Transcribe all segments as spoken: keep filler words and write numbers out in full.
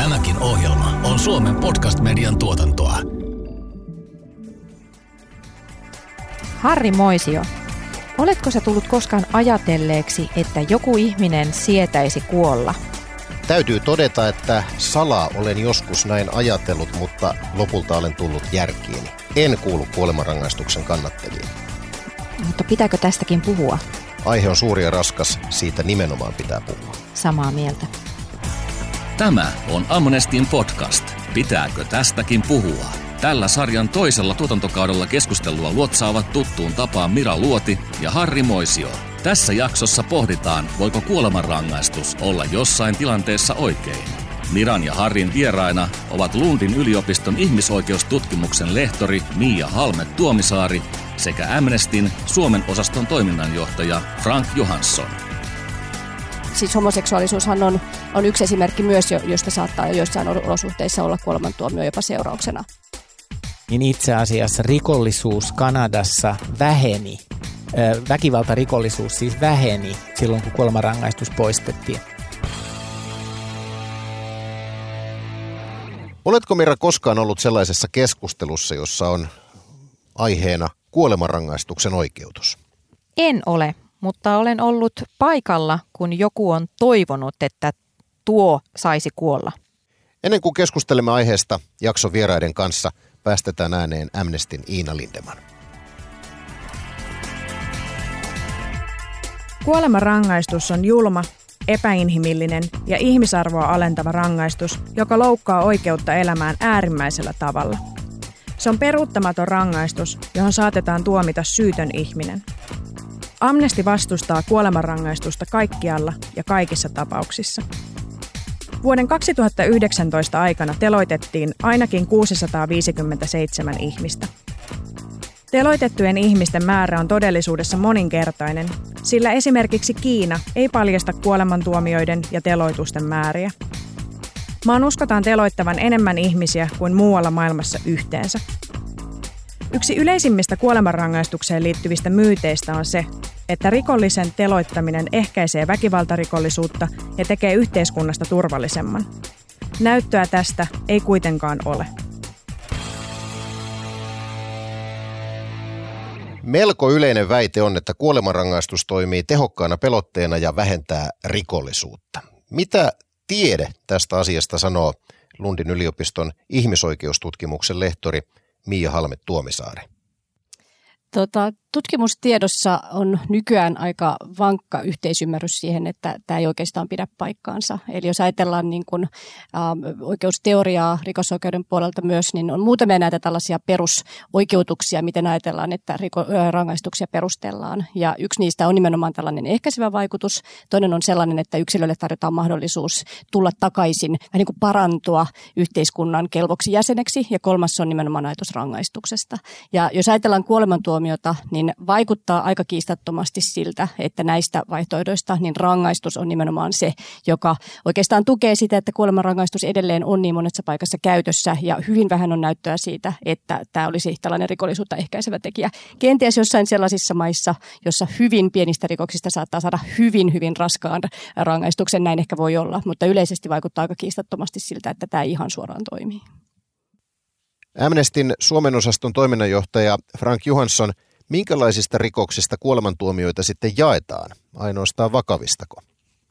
Tämäkin ohjelma on Suomen podcast-median tuotantoa. Harri Moisio, oletko sä tullut koskaan ajatelleeksi, että joku ihminen sietäisi kuolla? Täytyy todeta, että salaa olen joskus näin ajatellut, mutta lopulta olen tullut järkiini. En kuulu kuolemanrangaistuksen kannattajiin. Mutta pitääkö tästäkin puhua? Aihe on suuri ja raskas, siitä nimenomaan pitää puhua. Samaa mieltä. Tämä on Amnestin podcast. Pitääkö tästäkin puhua? Tällä sarjan toisella tuotantokaudella keskustelua luotsaavat tuttuun tapaan Mira Luoti ja Harri Moisio. Tässä jaksossa pohditaan, voiko kuolemanrangaistus olla jossain tilanteessa oikein. Miran ja Harrin vieraina ovat Lundin yliopiston ihmisoikeustutkimuksen lehtori Mia Halme-Tuomisaari sekä Amnestin Suomen osaston toiminnanjohtaja Frank Johansson. Siis homoseksuaalisuushan on, on yksi esimerkki myös, josta saattaa joissain olosuhteissa olla kuolemantuomio jopa seurauksena. Niin itse asiassa rikollisuus Kanadassa väheni. Väkivaltarikollisuus siis väheni silloin, kun kuolemanrangaistus poistettiin. Oletko, Mira, koskaan ollut sellaisessa keskustelussa, jossa on aiheena kuolemanrangaistuksen oikeutus? En ole, mutta olen ollut paikalla, kun joku on toivonut, että tuo saisi kuolla. Ennen kuin keskustelemme aiheesta jakson vieraiden kanssa, päästetään ääneen Amnestin Iina Lindeman. Kuolemanrangaistus on julma, epäinhimillinen ja ihmisarvoa alentava rangaistus, joka loukkaa oikeutta elämään äärimmäisellä tavalla. Se on peruuttamaton rangaistus, johon saatetaan tuomita syytön ihminen. Amnesty vastustaa kuolemanrangaistusta kaikkialla ja kaikissa tapauksissa. Vuoden kaksituhattayhdeksäntoista aikana teloitettiin ainakin kuusisataaviisikymmentäseitsemän ihmistä. Teloitettujen ihmisten määrä on todellisuudessa moninkertainen, sillä esimerkiksi Kiina ei paljasta kuolemantuomioiden ja teloitusten määriä. Maan uskotaan teloittavan enemmän ihmisiä kuin muualla maailmassa yhteensä. Yksi yleisimmistä kuolemanrangaistukseen liittyvistä myyteistä on se, että rikollisen teloittaminen ehkäisee väkivaltarikollisuutta ja tekee yhteiskunnasta turvallisemman. Näyttöä tästä ei kuitenkaan ole. Melko yleinen väite on, että kuolemanrangaistus toimii tehokkaana pelotteena ja vähentää rikollisuutta. Mitä tiede tästä asiasta sanoo Lundin yliopiston ihmisoikeustutkimuksen lehtori Mia Halme-Tuomisaari? Tota, tutkimustiedossa on nykyään aika vankka yhteisymmärrys siihen, että tämä ei oikeastaan pidä paikkaansa. Eli jos ajatellaan niin kuin, ä, oikeusteoriaa rikosoikeuden puolelta myös, niin on muutamia näitä tällaisia perusoikeutuksia, miten ajatellaan, että riko, ä, rangaistuksia perustellaan. Ja yksi niistä on nimenomaan tällainen ehkäisevä vaikutus. Toinen on sellainen, että yksilölle tarjotaan mahdollisuus tulla takaisin, vähän niin kuin parantua yhteiskunnan kelvoksi jäseneksi. Ja kolmas on nimenomaan ajatus rangaistuksesta. Ja jos ajatellaan kuolemantuomiota, niin vaikuttaa aika kiistattomasti siltä, että näistä vaihtoehdoista niin rangaistus on nimenomaan se, joka oikeastaan tukee sitä, että kuolemanrangaistus edelleen on niin monessa paikassa käytössä ja hyvin vähän on näyttöä siitä, että tämä olisi tällainen rikollisuutta ehkäisevä tekijä. Kenties jossain sellaisissa maissa, jossa hyvin pienistä rikoksista saattaa saada hyvin, hyvin raskaan rangaistuksen, näin ehkä voi olla, mutta yleisesti vaikuttaa aika kiistattomasti siltä, että tämä ihan suoraan toimii. Amnestin Suomen osaston toiminnanjohtaja Frank Johansson, minkälaisista rikoksista kuolemantuomioita sitten jaetaan? Ainoastaan vakavistako?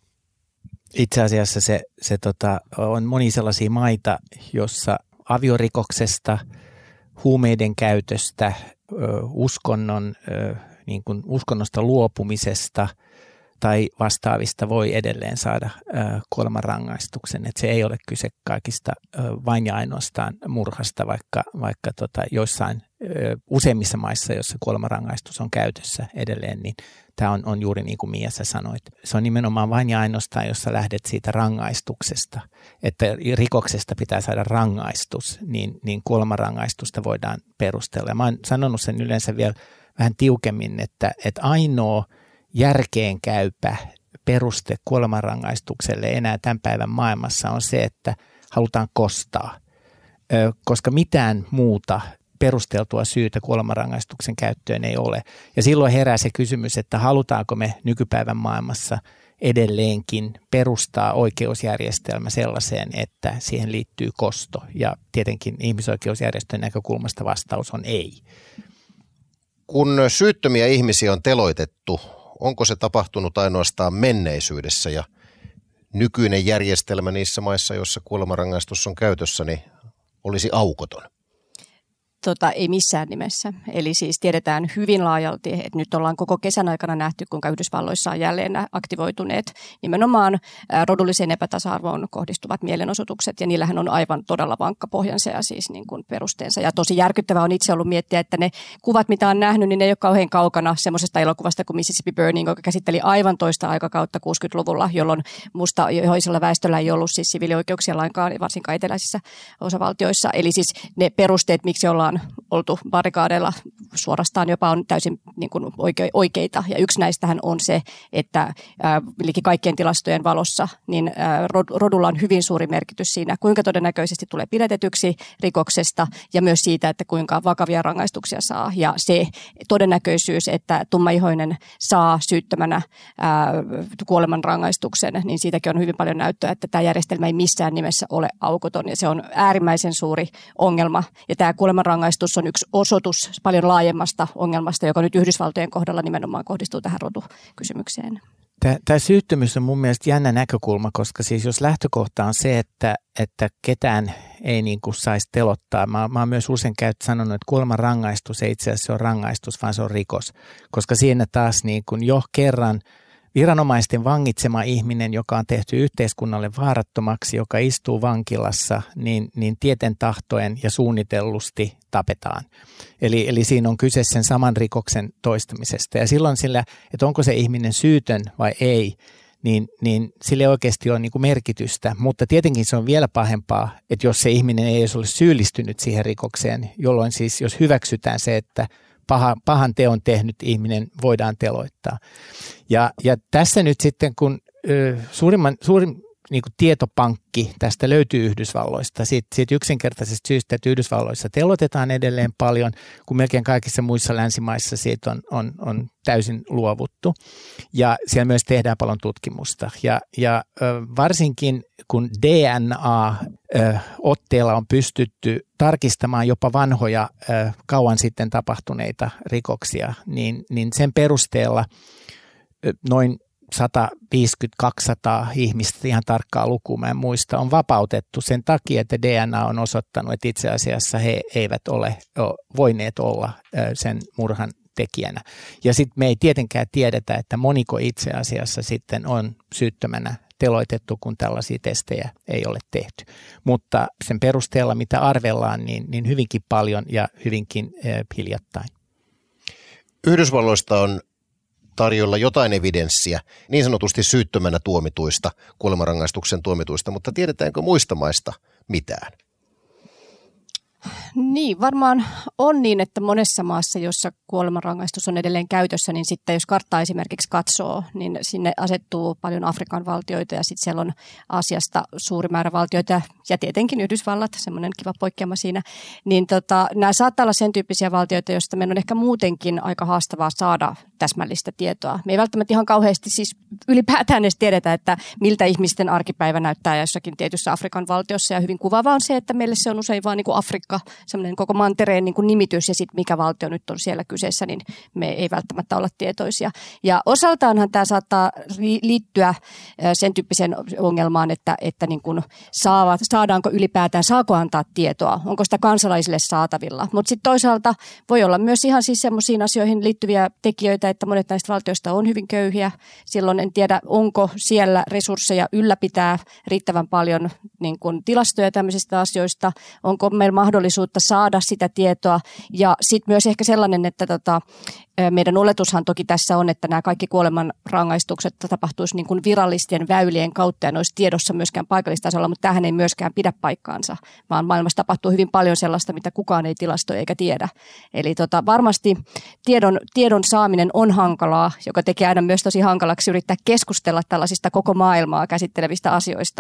Itse asiassa se, se tota, on moni sellaisia maita, jossa aviorikoksesta, huumeiden käytöstä, ö, uskonnon, ö, niin kuin uskonnosta luopumisesta tai vastaavista voi edelleen saada ö, kuolemanrangaistuksen. Et se ei ole kyse kaikista ö, vain ja ainoastaan murhasta, vaikka, vaikka tota, joissain ö, useimmissa maissa, joissa kuolemanrangaistus on käytössä edelleen, niin tämä on, on juuri niin kuin Mia sä sanoit. Se on nimenomaan vain ja ainoastaan, jos sä lähdet siitä rangaistuksesta, että rikoksesta pitää saada rangaistus, niin, niin kuolemanrangaistusta voidaan perustella. Ja mä oon sanonut sen yleensä vielä vähän tiukemmin, että, että ainoa järkeenkäypä peruste kuolemanrangaistukselle enää tämän päivän maailmassa on se, että halutaan kostaa, koska mitään muuta perusteltua syytä kuolemanrangaistuksen käyttöön ei ole. Ja silloin herää se kysymys, että halutaanko me nykypäivän maailmassa edelleenkin perustaa oikeusjärjestelmä sellaiseen, että siihen liittyy kosto. Ja tietenkin ihmisoikeusjärjestön näkökulmasta vastaus on ei. Kun syyttömiä ihmisiä on teloitettu, onko se tapahtunut ainoastaan menneisyydessä ja nykyinen järjestelmä niissä maissa, joissa kuolemanrangaistus on käytössä, niin olisi aukoton? Tota, ei missään nimessä. Eli siis tiedetään hyvin laajalti, että nyt ollaan koko kesän aikana nähty, kuinka Yhdysvalloissa on jälleen aktivoituneet nimenomaan rodulliseen epätasa-arvoon kohdistuvat mielenosoitukset, ja niillähän on aivan todella vankka pohjansa ja siis niin kuin perusteensa. Ja tosi järkyttävää on itse ollut miettiä, että ne kuvat, mitä on nähnyt, niin ne ei ole kauhean kaukana semmoisesta elokuvasta kuin Mississippi Burning, joka käsitteli aivan toista aikakautta kuusikymmentäluvulla, jolloin mustajoisella väestöllä ei ollut siis siviilioikeuksia lainkaan, varsinkaan eteläisissä osavaltioissa. Eli siis ne perusteet, miksi ollaan oltu barrikaadeilla suorastaan jopa on täysin niin kuin oike, oikeita. Ja yksi näistähän on se, että ää, liki kaikkien tilastojen valossa niin ää, rodulla on hyvin suuri merkitys siinä, kuinka todennäköisesti tulee pidätetyksi rikoksesta ja myös siitä, että kuinka vakavia rangaistuksia saa. Ja se todennäköisyys, että tummaihoinen saa syyttömänä ää, kuolemanrangaistuksen, niin siitäkin on hyvin paljon näyttöä, että tämä järjestelmä ei missään nimessä ole aukoton ja se on äärimmäisen suuri ongelma. Ja tämä kuolemanrangaistus on yksi osoitus paljon laajemmasta ongelmasta, joka nyt Yhdysvaltojen kohdalla nimenomaan kohdistuu tähän rotukysymykseen. Tämä syyttömyys on mun mielestä jännä näkökulma, koska siis jos lähtökohta on se, että, että ketään ei niin kuin saisi telottaa. Mä, mä oon myös usein käyt sanonut, että kuolemanrangaistus ei itse asiassa ole rangaistus, vaan se on rikos, koska siinä taas niin kuin jo kerran viranomaisten vangitsema ihminen, joka on tehty yhteiskunnalle vaarattomaksi, joka istuu vankilassa, niin, niin tieten tahtoen ja suunnitellusti tapetaan. Eli, eli siinä on kyse sen saman rikoksen toistamisesta. Ja silloin sillä, että onko se ihminen syytön vai ei, niin, niin sille oikeasti on niin kuin merkitystä. Mutta tietenkin se on vielä pahempaa, että jos se ihminen ei edes ole syyllistynyt siihen rikokseen, jolloin siis jos hyväksytään se, että Paha, pahan teon tehnyt ihminen voidaan teloittaa. Ja, ja tässä nyt sitten, kun ö, suurimman, suurin niin kuin tietopankki tästä löytyy Yhdysvalloista, siitä, siitä yksinkertaisesta syystä, että Yhdysvalloissa teloitetaan edelleen paljon, kun melkein kaikissa muissa länsimaissa siitä on, on, on täysin luovuttu. Ja siellä myös tehdään paljon tutkimusta. Ja, ja ö, varsinkin kun D N A-otteella on pystytty tarkistamaan jopa vanhoja ö, kauan sitten tapahtuneita rikoksia, niin, niin sen perusteella ö, noin sata viisikymmentä kaksisataa ihmistä, ihan tarkkaa lukua mä en muista, on vapautettu sen takia, että D N A on osoittanut, että itse asiassa he eivät ole voineet olla sen murhan tekijänä. Ja sitten me ei tietenkään tiedetä, että moniko itse asiassa sitten on syyttömänä teloitettu, kun tällaisia testejä ei ole tehty. Mutta sen perusteella, mitä arvellaan, niin, niin hyvinkin paljon ja hyvinkin eh, hiljattain. Yhdysvalloista on tarjolla jotain evidenssiä niin sanotusti syyttömänä tuomituista, kuolemanrangaistuksen tuomituista, mutta tiedetäänkö muista maista mitään? Niin, varmaan on niin, että monessa maassa, jossa kuolemanrangaistus on edelleen käytössä, niin sitten jos karttaa esimerkiksi katsoo, niin sinne asettuu paljon Afrikan valtioita ja sitten siellä on Aasiasta suuri määrä valtioita ja tietenkin Yhdysvallat, semmoinen kiva poikkeama siinä. Niin tota, nämä saattaa olla sen tyyppisiä valtioita, joista meidän on ehkä muutenkin aika haastavaa saada täsmällistä tietoa. Me ei välttämättä ihan kauheasti siis ylipäätään edes tiedetä, että miltä ihmisten arkipäivä näyttää jossakin tietyssä Afrikan valtiossa ja hyvin kuvaavaa on se, että meille se on usein vaan niin kuin Afrikka, semmoinen koko mantereen niin kuin nimitys ja sitten mikä valtio nyt on siellä kyseessä, niin me ei välttämättä olla tietoisia. Ja osaltaanhan tämä saattaa liittyä sen tyyppiseen ongelmaan, että, että niin kuin saavat, saadaanko ylipäätään, saako antaa tietoa, onko sitä kansalaisille saatavilla. Mutta sitten toisaalta voi olla myös ihan siis semmoisiin asioihin liittyviä tekijöitä, että monet näistä valtioista on hyvin köyhiä. Silloin en tiedä, onko siellä resursseja ylläpitää riittävän paljon niin kuin tilastoja tämmöisistä asioista, onko meillä mahdollisuutta saada sitä tietoa ja sitten myös ehkä sellainen, että tota, meidän oletushan toki tässä on, että nämä kaikki kuolemanrangaistukset tapahtuisi niin kuin virallisten väylien kautta ja ne olisi tiedossa myöskään paikallistasolla, mutta tämähän ei myöskään pidä paikkaansa, vaan maailmassa tapahtuu hyvin paljon sellaista, mitä kukaan ei tilastoi eikä tiedä. Eli tota, varmasti tiedon, tiedon saaminen on hankalaa, joka tekee aina myös tosi hankalaksi yrittää keskustella tällaisista koko maailmaa käsittelevistä asioista.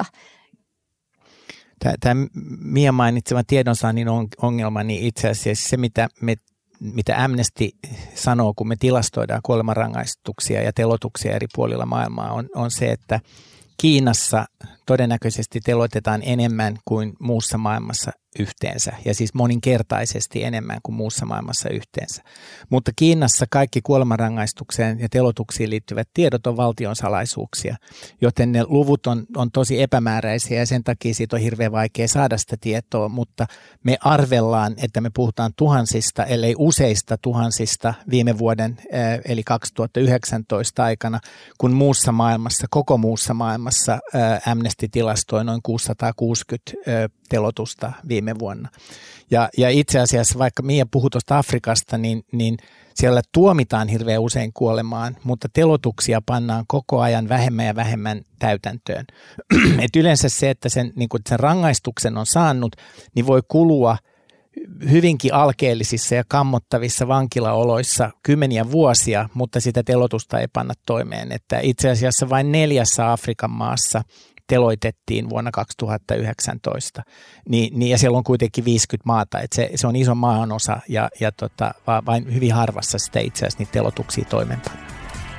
Tämä Mia mainitsema tiedonsaannin ongelma, niin itse asiassa se, mitä me mitä Amnesty sanoo, kun me tilastoidaan kuolemanrangaistuksia ja teloituksia eri puolilla maailmaa, on, on se, että Kiinassa todennäköisesti teloitetaan enemmän kuin muussa maailmassa yhteensä, ja siis moninkertaisesti enemmän kuin muussa maailmassa yhteensä. Mutta Kiinassa kaikki kuolemanrangaistukseen ja teloituksiin liittyvät tiedot on valtionsalaisuuksia, joten ne luvut on, on tosi epämääräisiä ja sen takia siitä on hirveän vaikea saada sitä tietoa, mutta me arvellaan, että me puhutaan tuhansista, ellei useista tuhansista viime vuoden eli kaksituhattayhdeksäntoista aikana, kun muussa maailmassa, koko muussa maailmassa Amnesty tilastoi noin kuusisataakuusikymmentä telotusta viime vuonna. Ja, ja itse asiassa, vaikka Mia puhui tuosta Afrikasta, niin, niin siellä tuomitaan hirveän usein kuolemaan, mutta telotuksia pannaan koko ajan vähemmän ja vähemmän täytäntöön. Et yleensä se, että sen, niin kun sen rangaistuksen on saanut, niin voi kulua hyvinkin alkeellisissa ja kammottavissa vankilaoloissa kymmeniä vuosia, mutta sitä telotusta ei panna toimeen. Että itse asiassa vain neljässä Afrikan maassa teloitettiin vuonna kaksituhattayhdeksäntoista, niin, niin, ja siellä on kuitenkin viisikymmentä maata, että se, se on iso maanosa, ja, ja tota, vain hyvin harvassa sitä itse asiassa niitä telotuksia toimeenpannaan.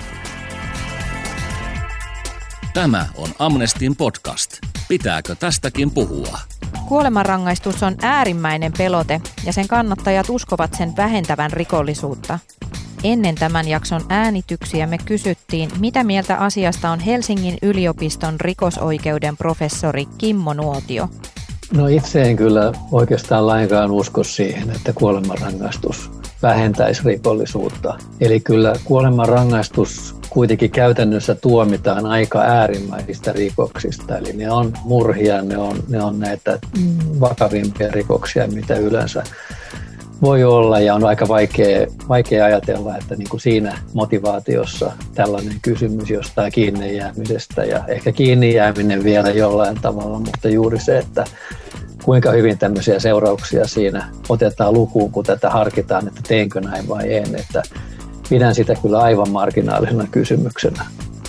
Tämä on Amnestyn podcast. Pitääkö tästäkin puhua? Kuolemanrangaistus on äärimmäinen pelote ja sen kannattajat uskovat sen vähentävän rikollisuutta. Ennen tämän jakson äänityksiä me kysyttiin, mitä mieltä asiasta on Helsingin yliopiston rikosoikeuden professori Kimmo Nuotio. No itse en kyllä oikeastaan lainkaan usko siihen, että kuolemanrangaistus vähentäisi rikollisuutta. Eli kyllä kuolemanrangaistus kuitenkin käytännössä tuomitaan aika äärimmäisistä rikoksista. Eli ne on murhia, ne on, ne on näitä vakavimpia rikoksia, mitä yleensä voi olla, ja on aika vaikea, vaikea ajatella, että niin kuin siinä motivaatiossa tällainen kysymys jostain kiinni jäämisestä, ja ehkä kiinni jääminen vielä jollain tavalla, mutta juuri se, että kuinka hyvin tämmöisiä seurauksia siinä otetaan lukuun, kun tätä harkitaan, että teenkö näin vai en, että pidän sitä kyllä aivan marginaalisena kysymyksenä.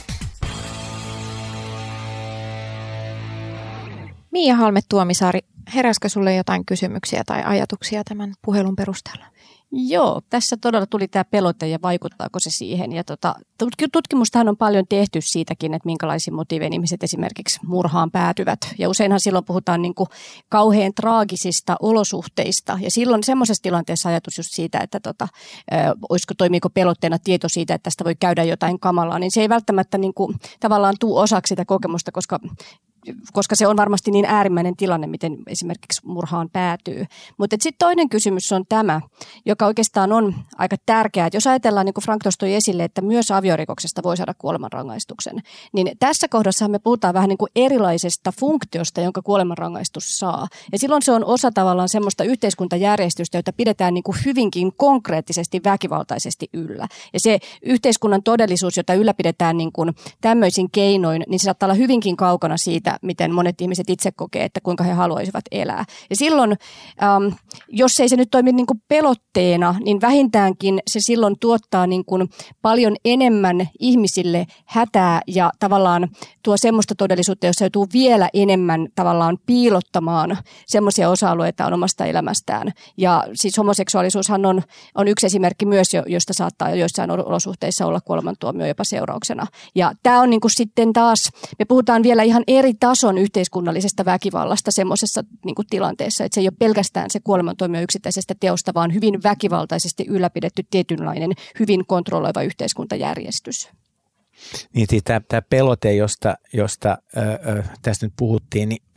Mia Halme-Tuomisaari, heräskö sulle jotain kysymyksiä tai ajatuksia tämän puhelun perusteella? Joo, tässä todella tuli tämä pelote ja vaikuttaako se siihen. Ja tota, tutkimustahan on paljon tehty siitäkin, että minkälaisia motiiveja ihmiset esimerkiksi murhaan päätyvät. Ja useinhan silloin puhutaan niin kuin kauhean traagisista olosuhteista. Ja silloin semmoisessa tilanteessa ajatus just siitä, että tota, ö, olisiko, toimiiko pelotteena tieto siitä, että tästä voi käydä jotain kamalaa, niin se ei välttämättä niin kuin, tavallaan tule osaksi sitä kokemusta, koska koska se on varmasti niin äärimmäinen tilanne, miten esimerkiksi murhaan päätyy. Mutta sitten toinen kysymys on tämä, joka oikeastaan on aika tärkeä. Että jos ajatellaan, niin kuin Frank tuossa toi esille, että myös aviorikoksesta voi saada kuolemanrangaistuksen, niin tässä kohdassa me puhutaan vähän niin kuin erilaisesta funktiosta, jonka kuolemanrangaistus saa. Ja silloin se on osa tavallaan semmoista yhteiskuntajärjestystä, jota pidetään niin kuin hyvinkin konkreettisesti väkivaltaisesti yllä. Ja se yhteiskunnan todellisuus, jota ylläpidetään niin kuin tämmöisin keinoin, niin se saattaa olla hyvinkin kaukana siitä, miten monet ihmiset itse kokee, että kuinka he haluaisivat elää. Ja silloin, ähm, jos ei se nyt toimi niin kuin pelotteena, niin vähintäänkin se silloin tuottaa niin kuin paljon enemmän ihmisille hätää ja tavallaan tuo semmoista todellisuutta, jossa joutuu vielä enemmän tavallaan piilottamaan semmoisia osa-alueita on omasta elämästään. Ja siis homoseksuaalisuushan on, on yksi esimerkki myös, josta saattaa joissain olosuhteissa olla kuolemantuomio jopa seurauksena. Ja tämä on niin kuin sitten taas, me puhutaan vielä ihan eri tason yhteiskunnallisesta väkivallasta semmoisessa niin kuin tilanteessa, että se ei ole pelkästään se kuolemantuomio yksittäisestä teosta, vaan hyvin väkivaltaisesti ylläpidetty tietynlainen, hyvin kontrolloiva yhteiskuntajärjestys. Niin tämä, tämä pelote, josta, josta ö, ö, tästä nyt puhuttiin, niin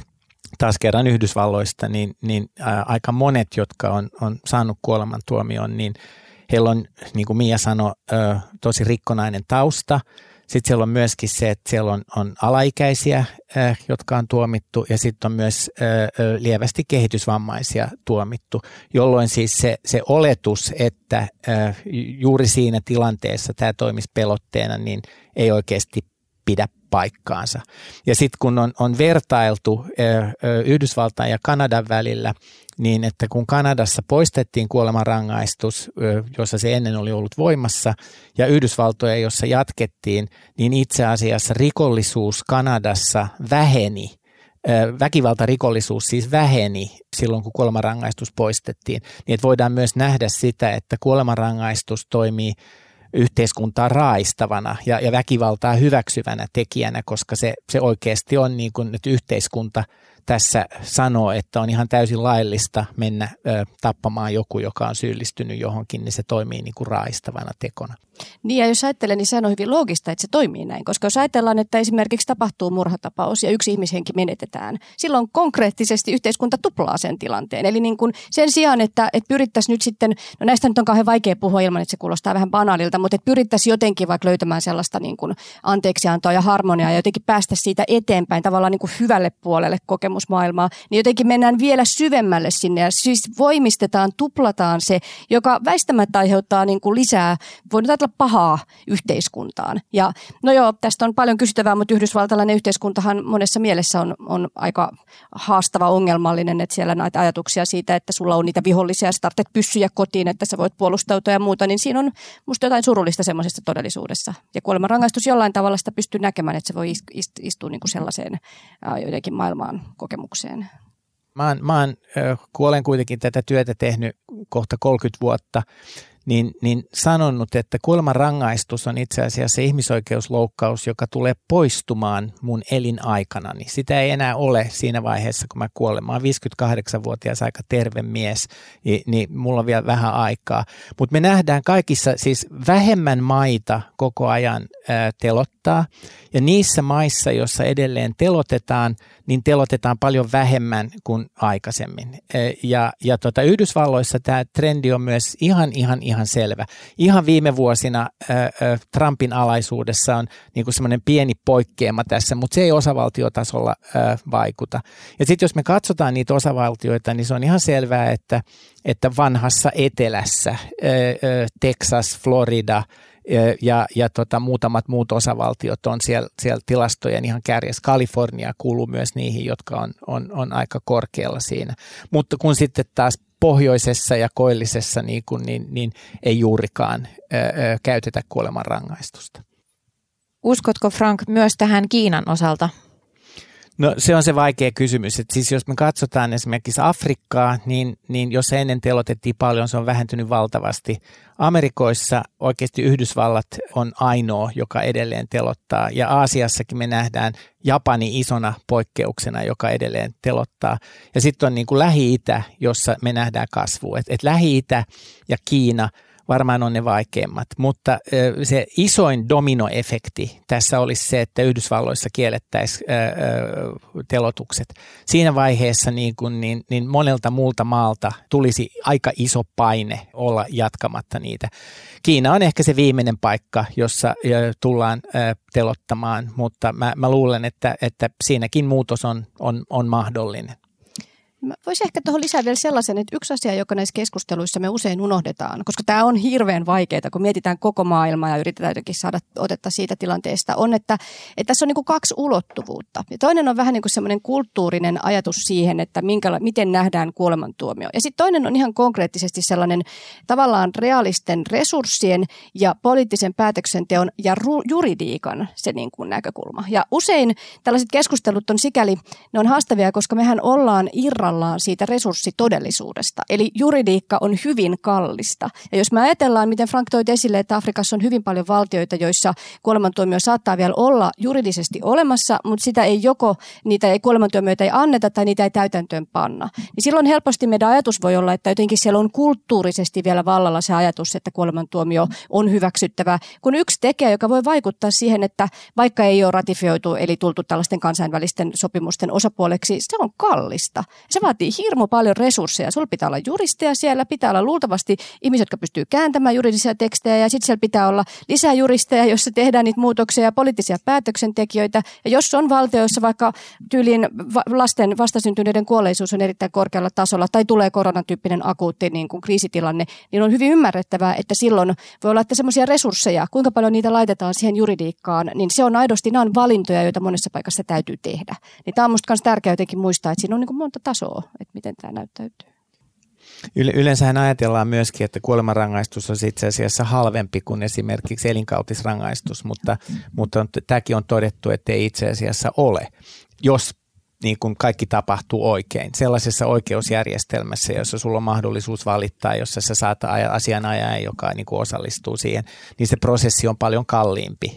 taas kerran Yhdysvalloista, niin, niin ä, aika monet, jotka on, on saanut kuolemantuomion, niin heillä on, niin kuin Mia sanoi, ö, tosi rikkonainen tausta. Sitten siellä on myöskin se, että siellä on, on alaikäisiä, äh, jotka on tuomittu, ja sitten on myös äh, lievästi kehitysvammaisia tuomittu, jolloin siis se, se oletus, että äh, juuri siinä tilanteessa tämä toimisi pelotteena, niin ei oikeasti pidä paikkaansa. Ja sitten kun on, on vertailtu äh, Yhdysvaltain ja Kanadan välillä, niin että kun Kanadassa poistettiin kuolemanrangaistus, jossa se ennen oli ollut voimassa, ja Yhdysvaltoja, jossa jatkettiin, niin itse asiassa rikollisuus Kanadassa väheni väkivaltarikollisuus siis väheni silloin, kun kuolemanrangaistus poistettiin, niin että voidaan myös nähdä sitä, että kuolemanrangaistus toimii yhteiskuntaa raistavana ja, ja väkivaltaa hyväksyvänä tekijänä, koska se, se oikeasti on niin kuin nyt yhteiskunta tässä sanoo, että on ihan täysin laillista mennä ö, tappamaan joku, joka on syyllistynyt johonkin, niin se toimii niin kuin raistavana tekona. Niin ja jos ajattelee, niin se on hyvin loogista, että se toimii näin, koska jos ajatellaan, että esimerkiksi tapahtuu murhatapaus ja yksi ihmishenki menetetään, silloin konkreettisesti yhteiskunta tuplaa sen tilanteen. Eli niin kuin sen sijaan, että, että pyrittäisiin nyt sitten, no näistä nyt on kauhean vaikea puhua ilman, että se kuulostaa vähän banaalilta, mutta että pyrittäisiin jotenkin vaikka löytämään sellaista niin kuin anteeksiantoa ja harmoniaa ja jotenkin päästä siitä eteenpäin tavallaan niin kuin hyvälle puolelle kokemusmaailmaa, niin jotenkin mennään vielä syvemmälle sinne ja siis voimistetaan, tuplataan se, joka väistämättä aiheuttaa niin kuin lisää, voidaan ajatella pahaa yhteiskuntaan. Ja no joo, tästä on paljon kysyttävää, mutta yhdysvaltalainen yhteiskuntahan monessa mielessä on, on aika haastava, ongelmallinen, että siellä näitä ajatuksia siitä, että sulla on niitä vihollisia, sä tarvitset pyssyjä kotiin, että sä voit puolustautua ja muuta, niin siinä on musta jotain surullista semmoisessa todellisuudessa. Ja kuolemanrangaistus jollain tavalla sitä pystyy näkemään, että se voi istua niin kuin sellaiseen ää, jotenkin maailmaan kokemukseen. Mä oon, mä oon, kun olen kuitenkin tätä työtä tehnyt kohta kolmekymmentä vuotta, Niin, niin sanonut, että kuolemanrangaistus on itse asiassa ihmisoikeusloukkaus, joka tulee poistumaan mun elinaikanani. Sitä ei enää ole siinä vaiheessa, kun mä kuolen. Mä oon viisikymmentäkahdeksanvuotias aika terve mies, niin, niin mulla on vielä vähän aikaa. Mutta me nähdään kaikissa siis vähemmän maita koko ajan ää, telottaa. Ja niissä maissa, joissa edelleen telotetaan, niin telotetaan paljon vähemmän kuin aikaisemmin. Ja, ja tota, Yhdysvalloissa tämä trendi on myös ihan, ihan, ihan selvä. Ihan viime vuosina ää, Trumpin alaisuudessa on niinku semmoinen pieni poikkeama tässä, mutta se ei osavaltiotasolla ää, vaikuta. Ja sitten jos me katsotaan niitä osavaltioita, niin se on ihan selvää, että, että vanhassa etelässä, ää, ää, Texas, Florida, ja, ja tota, muutamat muut osavaltiot on siellä, siellä tilastojen ihan kärjessä. Kalifornia kuuluu myös niihin, jotka on, on, on aika korkealla siinä. Mutta kun sitten taas pohjoisessa ja koillisessa niin, kun, niin, niin ei juurikaan ö, ö, käytetä kuolemanrangaistusta. Uskotko, Frank, myös tähän Kiinan osalta? No se on se vaikea kysymys. Et siis jos me katsotaan esimerkiksi Afrikkaa, niin, niin jos ennen telotettiin paljon, se on vähentynyt valtavasti. Amerikoissa oikeasti Yhdysvallat on ainoa, joka edelleen telottaa. Ja Aasiassakin me nähdään Japani isona poikkeuksena, joka edelleen telottaa. Ja sitten on niin kuin Lähi-Itä, jossa me nähdään kasvua. Et, et Lähi-Itä ja Kiina varmaan on ne vaikeimmat, mutta se isoin dominoefekti tässä olisi se, että Yhdysvalloissa kiellettäisiin telotukset. Siinä vaiheessa niin kun, niin, niin monelta muulta maalta tulisi aika iso paine olla jatkamatta niitä. Kiina on ehkä se viimeinen paikka, jossa tullaan telottamaan, mutta mä, mä luulen, että, että siinäkin muutos on, on, on mahdollinen. Voisi ehkä tuohon lisää vielä sellaisen, että yksi asia, joka näissä keskusteluissa me usein unohdetaan, koska tämä on hirveän vaikeaa, kun mietitään koko maailmaa ja yritetään jotenkin saada otetta siitä tilanteesta, on, että, että tässä on niin kuin kaksi ulottuvuutta. Ja toinen on vähän niin kuin semmoinen kulttuurinen ajatus siihen, että minkäla- miten nähdään kuolemantuomio. Ja sitten toinen on ihan konkreettisesti sellainen tavallaan realisten resurssien ja poliittisen päätöksenteon ja ru- juridiikan se niin kuin näkökulma. Ja usein tällaiset keskustelut on sikäli, ne on haastavia, koska mehän ollaan irrallaan siitä resurssitodellisuudesta. Eli juridiikka on hyvin kallista. Ja jos me ajatellaan, miten Frank toit esille, että Afrikassa on hyvin paljon valtioita, joissa kuolemantuomio saattaa vielä olla juridisesti olemassa, mutta sitä ei joko, niitä ei kuolemantuomioita ei anneta tai niitä ei täytäntöön panna. Niin silloin helposti meidän ajatus voi olla, että jotenkin siellä on kulttuurisesti vielä vallalla se ajatus, että kuolemantuomio on hyväksyttävä, kun yksi tekijä, joka voi vaikuttaa siihen, että vaikka ei ole ratifioitu, eli tultu tällaisten kansainvälisten sopimusten osapuoleksi, se on kallista. Se vaatii hirmu paljon resursseja. Sulla pitää olla juristeja siellä, pitää olla luultavasti ihmisiä, jotka pystyy kääntämään juridisia tekstejä ja sitten siellä pitää olla lisää juristeja, jossa tehdään niitä muutoksia ja poliittisia päätöksentekijöitä. Ja jos on valtio, jossa vaikka tyyliin lasten vastasyntyneiden kuolleisuus on erittäin korkealla tasolla tai tulee koronatyyppinen akuutti niin kuin kriisitilanne, niin on hyvin ymmärrettävää, että silloin voi olla, että semmoisia resursseja, kuinka paljon niitä laitetaan siihen juridiikkaan, niin se on aidosti, nämä on valintoja, joita monessa paikassa täytyy tehdä. Niin tämä on musta myös tärkeää jotenkin muistaa, että siinä on niin kuin monta tasoa, että miten tämä näyttäytyy. Yleensähän ajatellaan myöskin, että kuolemanrangaistus on itse asiassa halvempi kuin esimerkiksi elinkautisrangaistus, mutta, mutta on, tämäkin on todettu, että ei itse asiassa ole. Jos niin kuin kaikki tapahtuu oikein. Sellaisessa oikeusjärjestelmässä, jossa sulla on mahdollisuus valittaa, jossa sä saat asianajajan, joka niin kuin osallistuu siihen, niin se prosessi on paljon kalliimpi,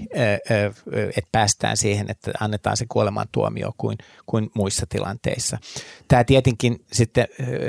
että päästään siihen, että annetaan se kuolemantuomio kuin, kuin muissa tilanteissa. Tämä tietenkin sitten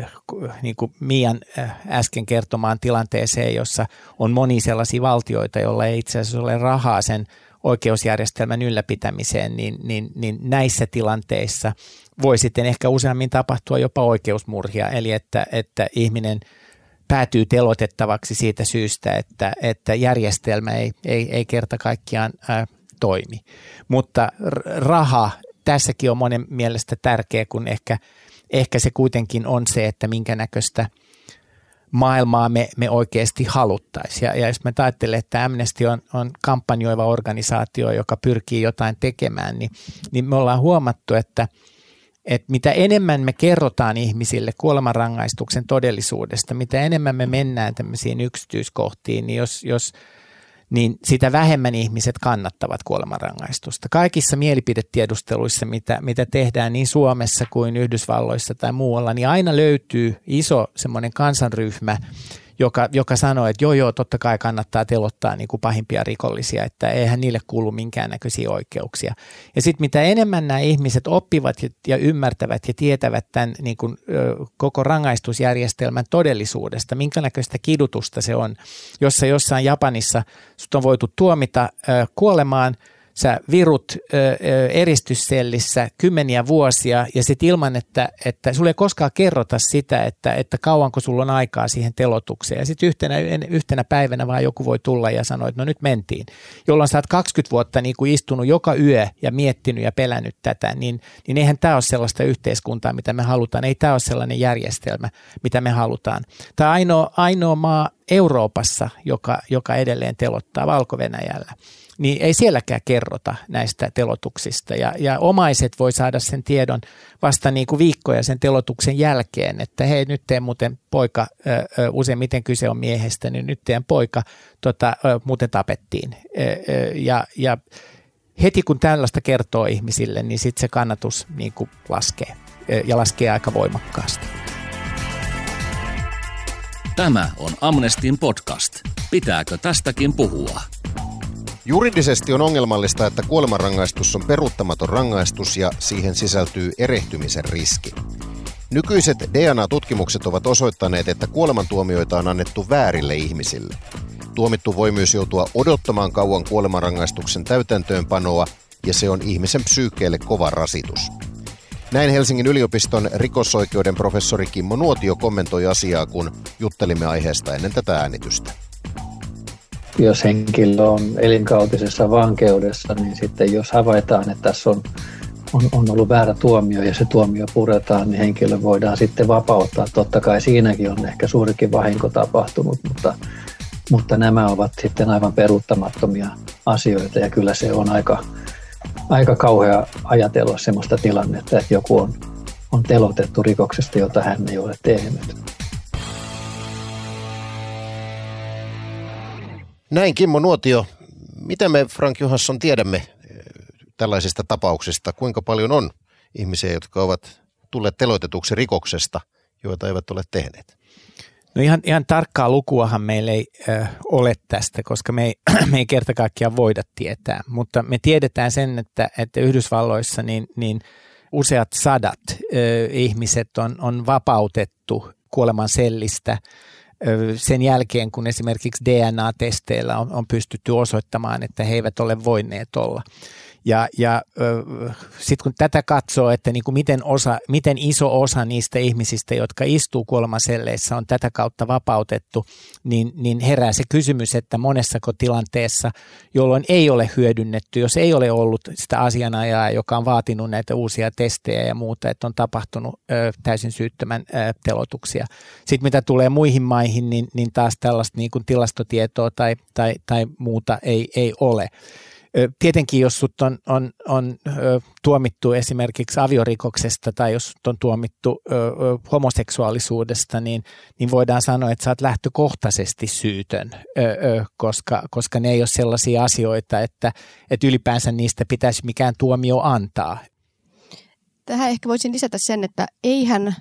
niin kuin Mian äsken kertomaan tilanteeseen, jossa on moni sellaisia valtioita, joilla ei itse asiassa ole rahaa sen oikeusjärjestelmän ylläpitämiseen, niin, niin, niin näissä tilanteissa voi sitten ehkä useammin tapahtua jopa oikeusmurhia, eli että, että ihminen päätyy teloitettavaksi siitä syystä, että, että järjestelmä ei, ei, ei kerta kaikkiaan ää, toimi. Mutta raha tässäkin on monen mielestä tärkeä, kun ehkä, ehkä se kuitenkin on se, että minkä näköistä maailmaa me, me oikeasti haluttaisiin. Ja, ja jos me ajattelee, että Amnesty on, on kampanjoiva organisaatio, joka pyrkii jotain tekemään, niin, niin me ollaan huomattu, että, että mitä enemmän me kerrotaan ihmisille kuolemanrangaistuksen todellisuudesta, mitä enemmän me mennään tämmöisiin yksityiskohtiin, niin jos, jos niin sitä vähemmän ihmiset kannattavat kuolemanrangaistusta. Kaikissa mielipidetiedusteluissa, mitä, mitä tehdään niin Suomessa kuin Yhdysvalloissa tai muualla, niin aina löytyy iso semmoinen kansanryhmä, joka, joka sanoo, että joo joo, totta kai kannattaa telottaa niin kuin pahimpia rikollisia, että eihän niille kuulu minkäännäköisiä oikeuksia. Ja sitten mitä enemmän nämä ihmiset oppivat ja, ja ymmärtävät ja tietävät tämän niin kuin, ö, koko rangaistusjärjestelmän todellisuudesta, minkä näköistä kidutusta se on, jossa jossain Japanissa sut on voitu tuomita ö, kuolemaan, sä virut ö, ö, eristyssellissä kymmeniä vuosia ja sitten ilman, että, että sulle ei koskaan kerrota sitä, että, että kauanko sulla on aikaa siihen telotukseen. Ja sitten yhtenä, yhtenä päivänä vaan joku voi tulla ja sanoa, että no nyt mentiin. Jolloin sä oot kaksikymmentä vuotta niin kuin istunut joka yö ja miettinyt ja pelännyt tätä, niin, niin eihän tämä ole sellaista yhteiskuntaa, mitä me halutaan. Ei tämä ole sellainen järjestelmä, mitä me halutaan. Tämä on ainoa, ainoa maa Euroopassa, joka, joka edelleen telottaa, Valko-Venäjällä. Niin ei sielläkään kerrota näistä telotuksista ja, ja omaiset voi saada sen tiedon vasta niin kuin viikkoja sen telotuksen jälkeen, että hei nyt teidän muuten poika, ö, useimmiten kyse on miehestä, niin nyt teidän poika tota, ö, muuten tapettiin ö, ö, ja, ja heti kun tällaista kertoo ihmisille, niin sitten se kannatus niin kuin laskee ö, ja laskee aika voimakkaasti. Tämä on Amnestyn podcast. Pitääkö tästäkin puhua? Juridisesti on ongelmallista, että kuolemanrangaistus on peruuttamaton rangaistus ja siihen sisältyy erehtymisen riski. Nykyiset D N A-tutkimukset ovat osoittaneet, että kuolemantuomioita on annettu väärille ihmisille. Tuomittu voi myös joutua odottamaan kauan kuolemanrangaistuksen täytäntöönpanoa ja se on ihmisen psyykkeelle kova rasitus. Näin Helsingin yliopiston rikosoikeuden professori Kimmo Nuotio kommentoi asiaa, kun juttelimme aiheesta ennen tätä äänitystä. Jos henkilö on elinkautisessa vankeudessa, niin sitten jos havaitaan, että tässä on, on, on ollut väärä tuomio ja se tuomio puretaan, niin henkilö voidaan sitten vapauttaa. Totta kai siinäkin on ehkä suurikin vahinko tapahtunut, mutta, mutta nämä ovat sitten aivan peruuttamattomia asioita ja kyllä se on aika, aika kauhea ajatella sellaista tilannetta, että joku on, on telotettu rikoksesta, jota hän ei ole tehnyt. Näin Kimmo Nuotio. Mitä me, Frank Johansson, tiedämme tällaisista tapauksista? Kuinka paljon on ihmisiä, jotka ovat tulleet teloitetuksi rikoksesta, joita eivät ole tehneet? No ihan, ihan tarkkaa lukuahan meillä ei ö, ole tästä, koska me ei, me ei kerta kaikkiaan voida tietää. Mutta me tiedetään sen, että, että Yhdysvalloissa niin, niin useat sadat ö, ihmiset on, on vapautettu kuoleman sellistä sen jälkeen, kun esimerkiksi D N A-testeillä on, on pystytty osoittamaan, että he eivät ole voineet olla. Ja, ja sitten kun tätä katsoo, että niin kuin miten, osa, miten iso osa niistä ihmisistä, jotka istuu kuolemaselleissä, on tätä kautta vapautettu, niin, niin herää se kysymys, että monessako tilanteessa, jolloin ei ole hyödynnetty, jos ei ole ollut sitä asianajaa, joka on vaatinut näitä uusia testejä ja muuta, että on tapahtunut ö, täysin syyttömän ö, telotuksia. Sitten mitä tulee muihin maihin, niin, niin taas tällaista niin kuin tilastotietoa tai, tai, tai muuta ei, ei ole. Tietenkin, jos sut on, on, on ö, tuomittu esimerkiksi aviorikoksesta tai jos sut on tuomittu ö, ö, homoseksuaalisuudesta, niin, niin voidaan sanoa, että sä oot lähtökohtaisesti syytön, ö, ö, koska, koska ne ei ole sellaisia asioita, että, että ylipäänsä niistä pitäisi mikään tuomio antaa. tähän ehkä voisin lisätä sen, että eihän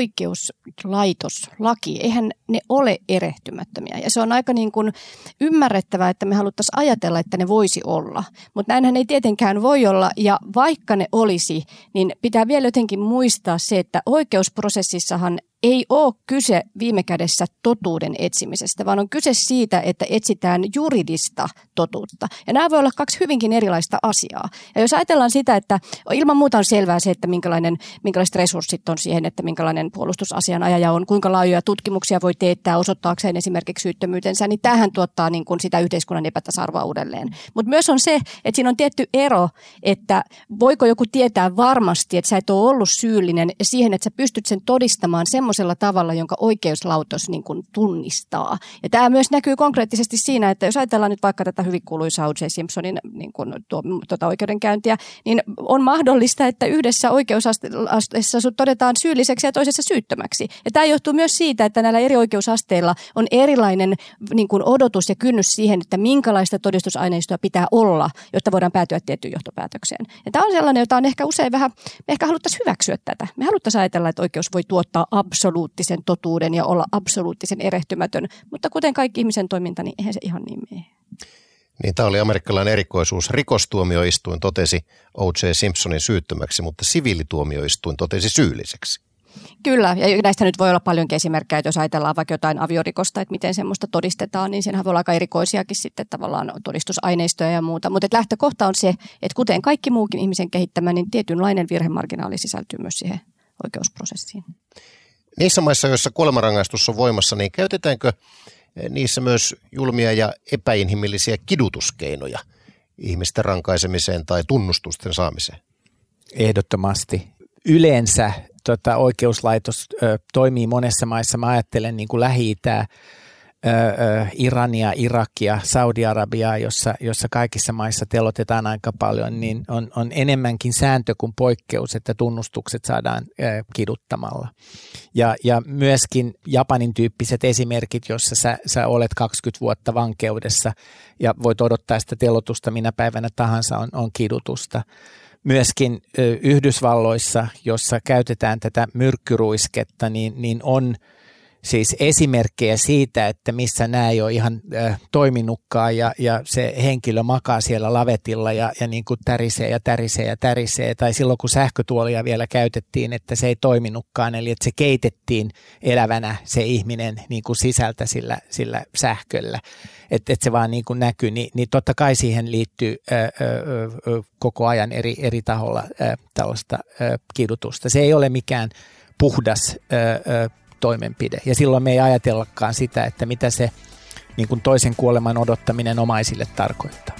oikeuslaitos, laki, eihän ne ole erehtymättömiä. Ja se on aika niin kuin ymmärrettävää, että me haluttaisiin ajatella, että ne voisi olla. Mutta näinhän ei tietenkään voi olla, ja vaikka ne olisi, niin pitää vielä jotenkin muistaa se, että oikeusprosessissahan ei ole kyse viime kädessä totuuden etsimisestä, vaan on kyse siitä, että etsitään juridista totuutta. Ja nämä voi olla kaksi hyvinkin erilaista asiaa. Ja jos ajatellaan sitä, että ilman muuta on selvää se, että minkälainen, minkälaiset resurssit on siihen, että minkälainen puolustusasianajaja on, kuinka laajoja tutkimuksia voi teettää osoittaakseen esimerkiksi syyttömyytensä, niin tämähän tuottaa niin kuin sitä yhteiskunnan epätasa-arvoa uudelleen. Mutta myös on se, että siinä on tietty ero, että voiko joku tietää varmasti, että sä et ole ollut syyllinen siihen, että sä pystyt sen todistamaan semmoisella tavalla, jonka oikeuslautos niin kuin tunnistaa. Ja tämä myös näkyy konkreettisesti siinä, että jos ajatellaan nyt vaikka tätä hyvin kuuluisaa O J Simpsonin niin kuin tuo, tuota oikeudenkäyntiä, niin on mahdollista, että yhdessä oikeusasteessa sut todetaan syylliseksi ja toisessa syyttömäksi. Ja tämä johtuu myös siitä, että näillä eri oikeusasteilla on erilainen niin kuin odotus ja kynnys siihen, että minkälaista todistusaineistoa pitää olla, jotta voidaan päätyä tiettyyn johtopäätökseen. Ja tämä on sellainen, jota on ehkä usein vähän, me ehkä haluttaisiin hyväksyä tätä. Me haluttaisiin ajatella, että oikeus voi tuottaa absoluuttisen totuuden ja olla absoluuttisen erehtymätön, mutta kuten kaikki ihmisen toiminta, niin eihän se ihan niin mene. Niin, tämä oli amerikkalainen erikoisuus. Rikostuomioistuin totesi O J Simpsonin syyttömäksi, mutta siviilituomioistuin totesi syylliseksi. Kyllä, ja näistä nyt voi olla paljonkin esimerkkejä, että jos ajatellaan vaikka jotain aviorikosta, että miten semmoista todistetaan, niin senhän voi olla aika erikoisiakin sitten tavallaan todistusaineistoja ja muuta. Mutta lähtökohta on se, että kuten kaikki muukin ihmisen kehittämä, niin tietynlainen virhemarginaali sisältyy myös siihen oikeusprosessiin. Niissä maissa, joissa kuolemanrangaistus on voimassa, niin käytetäänkö niissä myös julmia ja epäinhimillisiä kidutuskeinoja ihmisten rankaisemiseen tai tunnustusten saamiseen? Ehdottomasti. Yleensä tota, oikeuslaitos ö, toimii monessa maissa. Mä ajattelen niin kuin Lähi-Itää, ö, ö, Irania, Irakia, Saudi-Arabiaa, jossa, jossa kaikissa maissa telotetaan aika paljon, niin on, on enemmänkin sääntö kuin poikkeus, että tunnustukset saadaan ö, kiduttamalla. Ja, ja myöskin Japanin tyyppiset esimerkit, jossa sä, sä olet kaksikymmentä vuotta vankeudessa ja voit odottaa sitä telotusta minä päivänä tahansa, on, on kidutusta. Myöskin ö, Yhdysvalloissa, jossa käytetään tätä myrkkyruisketta, niin, niin on siis esimerkkejä siitä, että missä nämä ei ole ihan äh, toiminutkaan ja, ja se henkilö makaa siellä lavetilla ja, ja niin kuin tärisee ja tärisee ja tärisee. Tai silloin kun sähkötuolia vielä käytettiin, että se ei toiminutkaan, eli että se keitettiin elävänä se ihminen niin kuin sisältä sillä, sillä sähköllä. Että et se vaan niin kuin näkyy, niin, niin totta kai siihen liittyy ö, ö, ö, koko ajan eri, eri taholla ö, tällaista ö, kidutusta. Se ei ole mikään puhdas ö, ö, toimenpide. Ja silloin me ei ajatellakaan sitä, että mitä se niin kuin toisen kuoleman odottaminen omaisille tarkoittaa.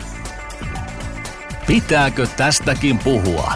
Pitääkö tästäkin puhua?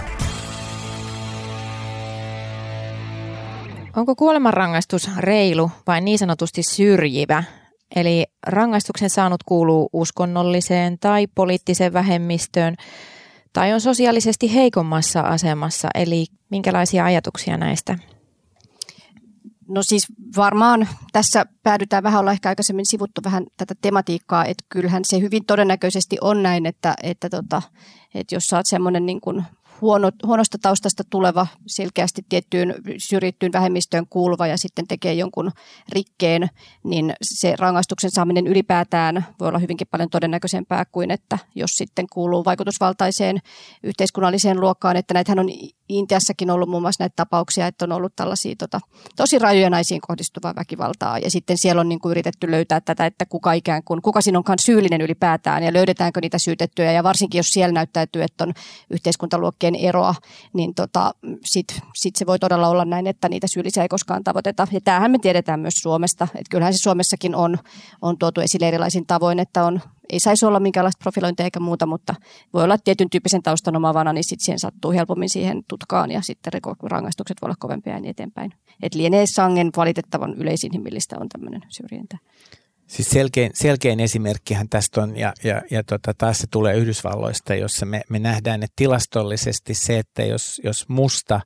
Onko kuolemanrangaistus reilu vai niin sanotusti syrjivä? Eli rangaistuksen saanut kuuluu uskonnolliseen tai poliittiseen vähemmistöön tai on sosiaalisesti heikommassa asemassa. Eli minkälaisia ajatuksia näistä? No siis varmaan tässä päädytään vähän, olla ehkä aikaisemmin sivuttu vähän tätä tematiikkaa, että kyllähän se hyvin todennäköisesti on näin, että, että, tota, että jos sä oot semmoinen niin kuin huono, huonosta taustasta tuleva, selkeästi tiettyyn syrjittyyn vähemmistöön kuuluva ja sitten tekee jonkun rikkeen, niin se rangaistuksen saaminen ylipäätään voi olla hyvinkin paljon todennäköisempää kuin, että jos sitten kuuluu vaikutusvaltaiseen yhteiskunnalliseen luokkaan, että näitähän on Intiassakin ollut muun muassa näitä tapauksia, että on ollut tällaisia tota, tosi rajuja naisiin kohdistuvaa väkivaltaa ja sitten siellä on niin kuin yritetty löytää tätä, että kuka ikään kuin, kuka siinä onkaan syyllinen ylipäätään ja löydetäänkö niitä syytettyjä ja varsinkin jos siellä näyttäytyy, että on yhteiskuntaluokkien eroa, niin tota, sitten sit se voi todella olla näin, että niitä syyllisiä ei koskaan tavoiteta. Ja tämähän me tiedetään myös Suomesta, että kyllähän se Suomessakin on, on tuotu esille erilaisin tavoin, että on, ei saisi olla minkäänlaista profilointia eikä muuta, mutta voi olla tietyn tyyppisen taustan omaavana, niin sitten siihen sattuu helpommin siihen tutkaan ja sitten rangaistukset voi olla kovempia ja niin eteenpäin. Että lienee sangen valitettavan yleisinhimillistä on tämmöinen syrjintä. Siis selkein, selkein esimerkkihän tästä on, ja, ja, ja tota, taas se tulee Yhdysvalloista, jossa me, me nähdään, että tilastollisesti se, että jos, jos musta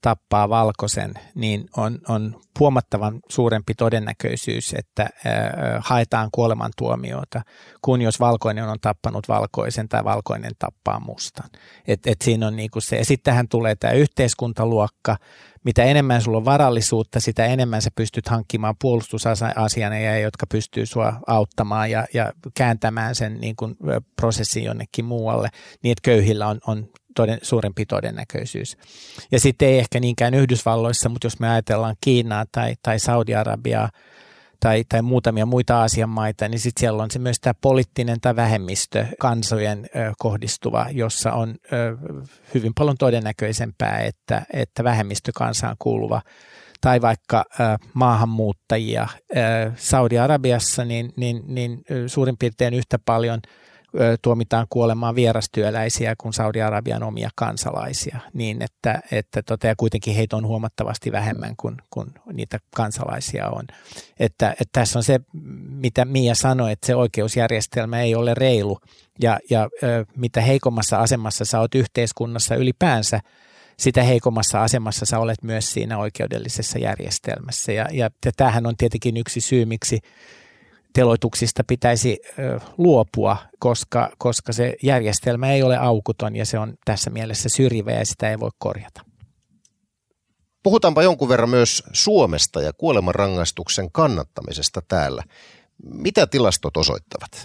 tappaa valkoisen, niin on, on huomattavan suurempi todennäköisyys, että ää, haetaan kuolemantuomiota, kuin jos valkoinen on tappanut valkoisen tai valkoinen tappaa mustan. Et, et siinä on niinku se. Ja sitten tähän tulee tämä yhteiskuntaluokka. Mitä enemmän sulla on varallisuutta, sitä enemmän sä pystyt hankkimaan puolustusasianaja, jotka pystyy sua auttamaan ja, ja kääntämään sen niin kuin prosessin jonnekin muualle, niin että köyhillä on, on toden, suurempi todennäköisyys. Ja sitten ei ehkä niinkään Yhdysvalloissa, mutta jos me ajatellaan Kiinaa tai, tai Saudi-Arabiaa tai, tai muutamia muita Aasian maita, niin sitten siellä on se myös tämä poliittinen tai vähemmistö kansojen ö, kohdistuva, jossa on ö, hyvin paljon todennäköisempää, että, että vähemmistökansaan kuuluva tai vaikka ö, maahanmuuttajia ö, Saudi-Arabiassa, niin, niin, niin suurin piirtein yhtä paljon tuomitaan kuolemaan vierastyöläisiä kuin Saudi-Arabian omia kansalaisia, niin että, että tota, ja kuitenkin heitä on huomattavasti vähemmän kuin, kuin niitä kansalaisia on. Että, että tässä on se, mitä Mia sanoi, että se oikeusjärjestelmä ei ole reilu ja, ja ö, mitä heikommassa asemassa sä oot yhteiskunnassa ylipäänsä, sitä heikommassa asemassa sä olet myös siinä oikeudellisessa järjestelmässä. Ja, ja tämähän on tietenkin yksi syy, miksi teloituksista pitäisi ö, luopua, koska, koska se järjestelmä ei ole aukuton ja se on tässä mielessä syrjivä ja sitä ei voi korjata. Puhutaanpa jonkun verran myös Suomesta ja kuolemanrangaistuksen kannattamisesta täällä. Mitä tilastot osoittavat?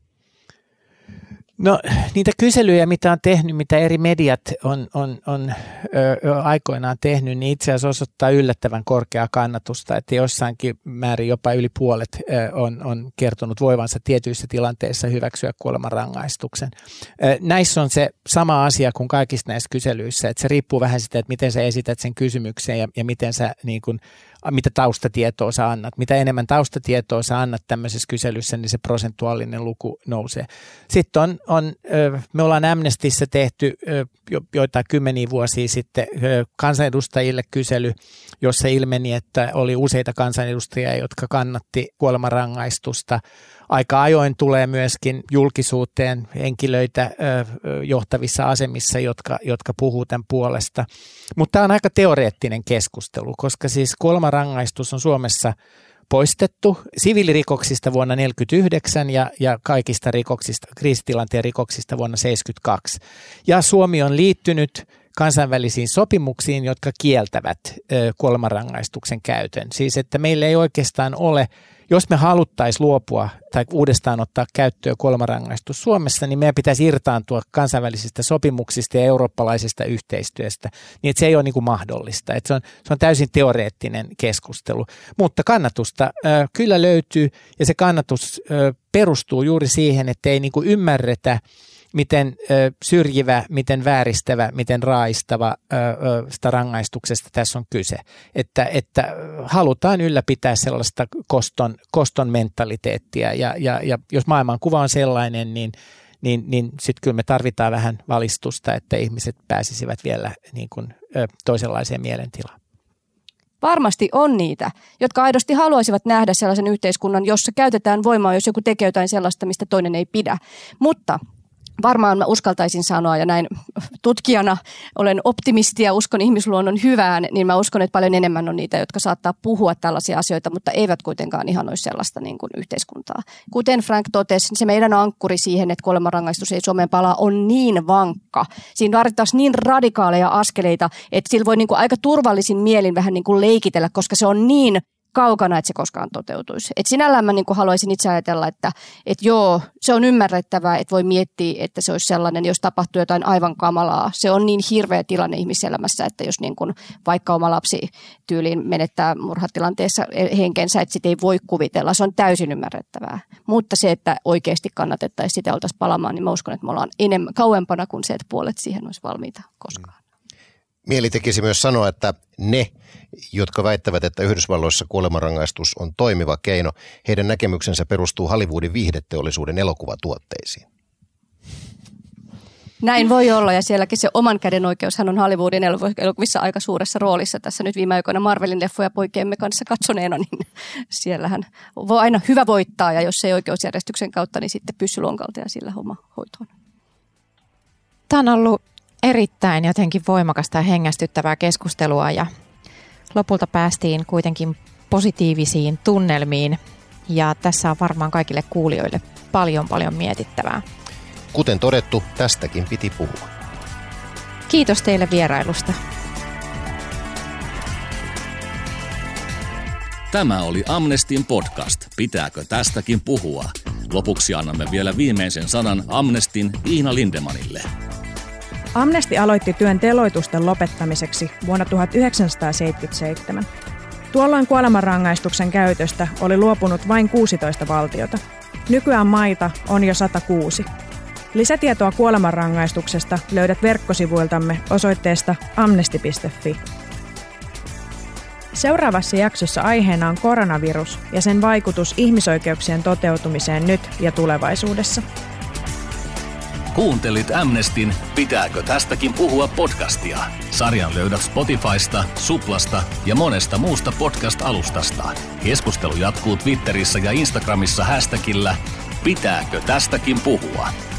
No niitä kyselyjä, mitä on tehnyt, mitä eri mediat on, on, on ö, aikoinaan tehnyt, niin itse asiassa osoittaa yllättävän korkeaa kannatusta, että jossainkin määrin jopa yli puolet ö, on, on kertonut voivansa tietyissä tilanteissa hyväksyä kuolemanrangaistuksen. Ö, näissä on se sama asia kuin kaikissa näissä kyselyissä, että se riippuu vähän sitä, että miten sä esität sen kysymyksen ja, ja miten sä niin kun, mitä taustatietoa sä annat. Mitä enemmän taustatietoa sä annat tämmöisessä kyselyssä, niin se prosentuaalinen luku nousee. Sitten on, on me ollaan Amnestyssä tehty jo, joitain kymmeniä vuosia sitten kansanedustajille kysely, jossa ilmeni, että oli useita kansanedustajia, jotka kannatti kuolemanrangaistusta. Aika ajoin tulee myöskin julkisuuteen henkilöitä johtavissa asemissa, jotka, jotka puhuu tämän puolesta. Mutta tämä on aika teoreettinen keskustelu, koska siis kuolemanrangaistus on Suomessa poistettu siviilirikoksista vuonna tuhatyhdeksänsataaneljäkymmentäyhdeksän ja, ja kaikista rikoksista, kriisitilanteen rikoksista vuonna tuhatyhdeksänsataaseitsemänkymmentäkaksi. Ja Suomi on liittynyt kansainvälisiin sopimuksiin, jotka kieltävät ö, kuolemanrangaistuksen käytön. Siis että meillä ei oikeastaan ole, jos me haluttaisiin luopua tai uudestaan ottaa käyttöön kuolemanrangaistus Suomessa, niin meidän pitäisi irtaantua kansainvälisistä sopimuksista ja eurooppalaisesta yhteistyöstä, niin että se ei ole niin kuin mahdollista. Että se, on, se on täysin teoreettinen keskustelu, mutta kannatusta ö, kyllä löytyy ja se kannatus ö, perustuu juuri siihen, että ei niin kuin ymmärretä, miten ö, syrjivä, miten vääristävä, miten raistava ö, ö, sitä rangaistuksesta tässä on kyse. Että, että halutaan ylläpitää sellaista koston, koston mentaliteettia ja, ja, ja jos maailmankuva on sellainen, niin, niin, niin sitten kyllä me tarvitaan vähän valistusta, että ihmiset pääsisivät vielä niin kuin, ö, toisenlaiseen mielentilaan. Varmasti on niitä, jotka aidosti haluaisivat nähdä sellaisen yhteiskunnan, jossa käytetään voimaa, jos joku tekee jotain sellaista, mistä toinen ei pidä. Mutta varmaan mä uskaltaisin sanoa, ja näin tutkijana olen optimisti ja uskon ihmisluonnon hyvään, niin mä uskon, että paljon enemmän on niitä, jotka saattaa puhua tällaisia asioita, mutta eivät kuitenkaan ihan olisi sellaista niin kuin yhteiskuntaa. Kuten Frank totesi, se meidän ankkuri siihen, että kuolemanrangaistus ei Suomeen palaa, on niin vankka. Siinä tarvitaan niin radikaaleja askeleita, että sillä voi niin kuin aika turvallisin mielin vähän niin kuin leikitellä, koska se on niin kaukana, että se koskaan toteutuisi. Et sinällään mä niin kuin haluaisin itse ajatella, että et joo, se on ymmärrettävää, että voi miettiä, että se olisi sellainen, jos tapahtuu jotain aivan kamalaa. Se on niin hirveä tilanne ihmiselämässä, että jos niin kuin vaikka oma lapsi tyyliin menettää murhatilanteessa henkensä, että sitä ei voi kuvitella. Se on täysin ymmärrettävää. Mutta se, että oikeasti kannatettaisiin sitä oltaisiin palaamaan, niin mä uskon, että me ollaan enemmän, kauempana kuin se, että puolet siihen olisi valmiita koskaan. Mieli tekisi myös sanoa, että ne, jotka väittävät, että Yhdysvalloissa kuolemanrangaistus on toimiva keino, heidän näkemyksensä perustuu Hollywoodin viihdeteollisuuden elokuvatuotteisiin. Näin voi olla, ja sielläkin se oman käden oikeushan on Hollywoodin elokuvissa aika suuressa roolissa. Tässä nyt viime aikoina Marvelin leffoja poikiemme kanssa katsoneena, niin siellähän voi aina hyvä voittaa, ja jos ei oikeusjärjestyksen kautta, niin sitten pyssy lonkalta ja sillä homma hoitoon. Tämä on ollut erittäin jotenkin voimakasta ja hengästyttävää keskustelua ja lopulta päästiin kuitenkin positiivisiin tunnelmiin ja tässä on varmaan kaikille kuulijoille paljon paljon mietittävää. Kuten todettu, tästäkin piti puhua. Kiitos teille vierailusta. Tämä oli Amnestin podcast. Pitääkö tästäkin puhua? Lopuksi annamme vielä viimeisen sanan Amnestin Iina Lindemanille. Amnesty aloitti työn teloitusten lopettamiseksi vuonna tuhatyhdeksänsataaseitsemänkymmentäseitsemän. Tuolloin kuolemanrangaistuksen käytöstä oli luopunut vain kuusitoista valtiota. Nykyään maita on jo sata kuusi. Lisätietoa kuolemanrangaistuksesta löydät verkkosivuiltamme osoitteesta amnesty piste fi. Seuraavassa jaksossa aiheena on koronavirus ja sen vaikutus ihmisoikeuksien toteutumiseen nyt ja tulevaisuudessa. Kuuntelit Amnestin Pitääkö tästäkin puhua podcastia? Sarjan löydät Spotifysta, Suplasta ja monesta muusta podcast-alustasta. Keskustelu jatkuu Twitterissä ja Instagramissa hashtagillä Pitääkö tästäkin puhua?